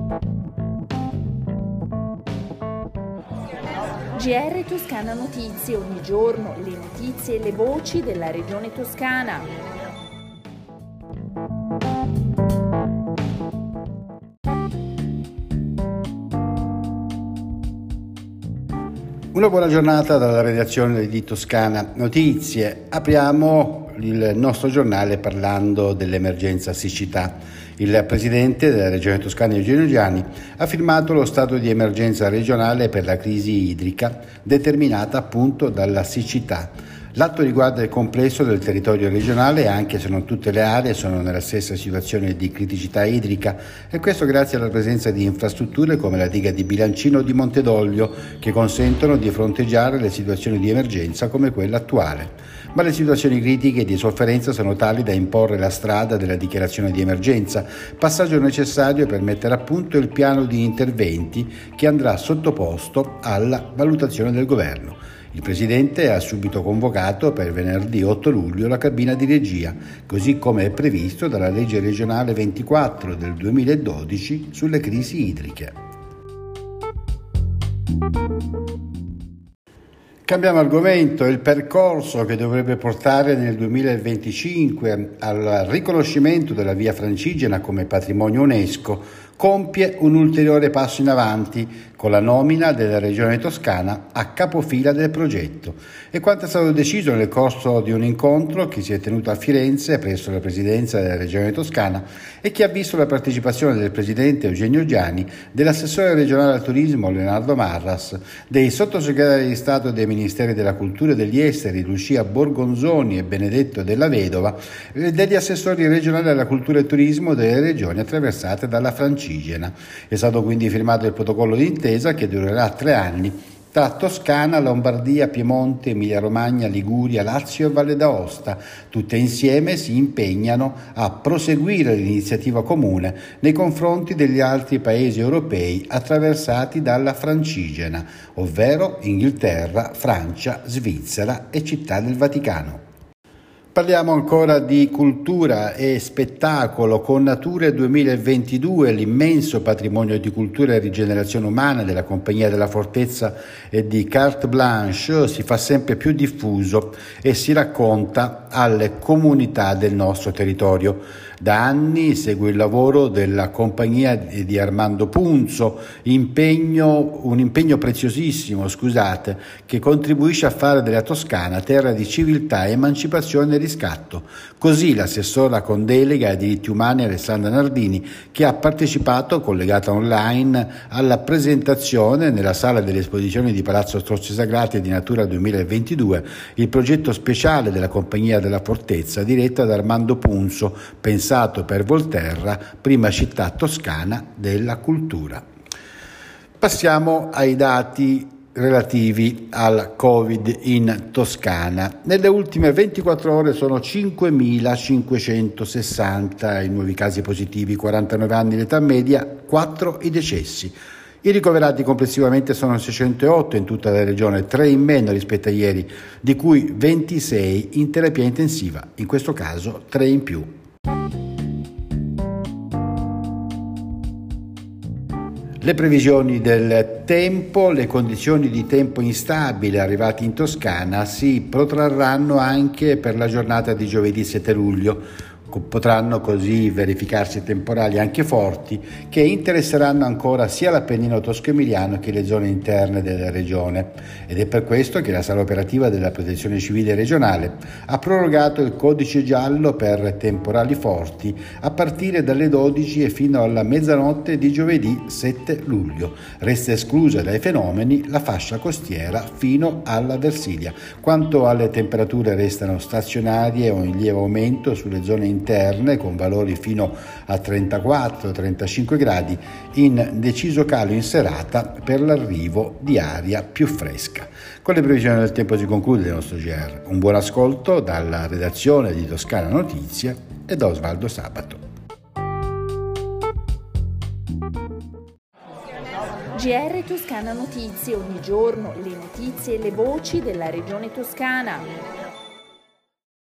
GR Toscana Notizie, ogni giorno le notizie e le voci della regione toscana. Una buona giornata dalla redazione di Toscana Notizie. Apriamo il nostro giornale parlando dell'emergenza siccità. Il presidente della regione toscana Eugenio Giani ha firmato lo stato di emergenza regionale per la crisi idrica determinata appunto dalla siccità. L'atto riguarda il complesso del territorio regionale, anche se non tutte le aree sono nella stessa situazione di criticità idrica, e questo grazie alla presenza di infrastrutture come la diga di Bilancino o di Montedoglio, che consentono di fronteggiare le situazioni di emergenza come quella attuale. Ma le situazioni critiche e di sofferenza sono tali da imporre la strada della dichiarazione di emergenza, passaggio necessario per mettere a punto il piano di interventi che andrà sottoposto alla valutazione del governo. Il Presidente ha subito convocato per venerdì 8 luglio la cabina di regia, così come è previsto dalla legge regionale 24 del 2012 sulle crisi idriche. Cambiamo argomento. Il percorso che dovrebbe portare nel 2025 al riconoscimento della Via Francigena come patrimonio UNESCO compie un ulteriore passo in avanti con la nomina della Regione Toscana a capofila del progetto. E quanto è stato deciso nel corso di un incontro che si è tenuto a Firenze presso la Presidenza della Regione Toscana e che ha visto la partecipazione del Presidente Eugenio Giani, dell'assessore regionale al turismo Leonardo Marras, dei sottosegretari di Stato dei Ministeri della Cultura e degli Esteri Lucia Borgonzoni e Benedetto Della Vedova e degli assessori regionali alla cultura e turismo delle regioni attraversate dalla Francigena. È stato quindi firmato il protocollo d'intesa che durerà 3 anni tra Toscana, Lombardia, Piemonte, Emilia-Romagna, Liguria, Lazio e Valle d'Aosta. Tutte insieme si impegnano a proseguire l'iniziativa comune nei confronti degli altri paesi europei attraversati dalla Francigena, ovvero Inghilterra, Francia, Svizzera e Città del Vaticano. Parliamo ancora di cultura e spettacolo. Con Nature 2022, l'immenso patrimonio di cultura e rigenerazione umana della Compagnia della Fortezza e di Carte Blanche si fa sempre più diffuso e si racconta alle comunità del nostro territorio. Da anni segue il lavoro della compagnia di Armando Punzo, un impegno preziosissimo, che contribuisce a fare della Toscana terra di civiltà, emancipazione e riscatto. Così l'assessora con delega ai diritti umani Alessandra Nardini, che ha partecipato, collegata online, alla presentazione nella sala delle esposizioni di Palazzo Strozzi Sagrati di Natura 2022, il progetto speciale della Compagnia della Fortezza diretta da Armando Punzo, pensato per Volterra, prima città toscana della cultura. Passiamo ai dati relativi al Covid in Toscana. Nelle ultime 24 ore sono 5.560 i nuovi casi positivi, 49 anni l'età media, 4 i decessi. I ricoverati complessivamente sono 608 in tutta la regione, 3 in meno rispetto a ieri, di cui 26 in terapia intensiva, in questo caso 3 in più. Le previsioni del tempo: le condizioni di tempo instabile arrivate in Toscana si protrarranno anche per la giornata di giovedì 7 luglio. Potranno così verificarsi temporali anche forti che interesseranno ancora sia l'Appennino tosco-emiliano che le zone interne della regione, ed è per questo che la sala operativa della Protezione Civile regionale ha prorogato il codice giallo per temporali forti a partire dalle 12 e fino alla mezzanotte di giovedì 7 luglio. Resta esclusa dai fenomeni la fascia costiera fino alla Versilia. Quanto alle temperature, restano stazionarie o in lieve aumento sulle zone interne con valori fino a 34-35 gradi, in deciso calo in serata per l'arrivo di aria più fresca. Con le previsioni del tempo si conclude il nostro GR. Un buon ascolto dalla redazione di Toscana Notizie e da Osvaldo Sabato. GR Toscana Notizie, ogni giorno le notizie e le voci della regione toscana.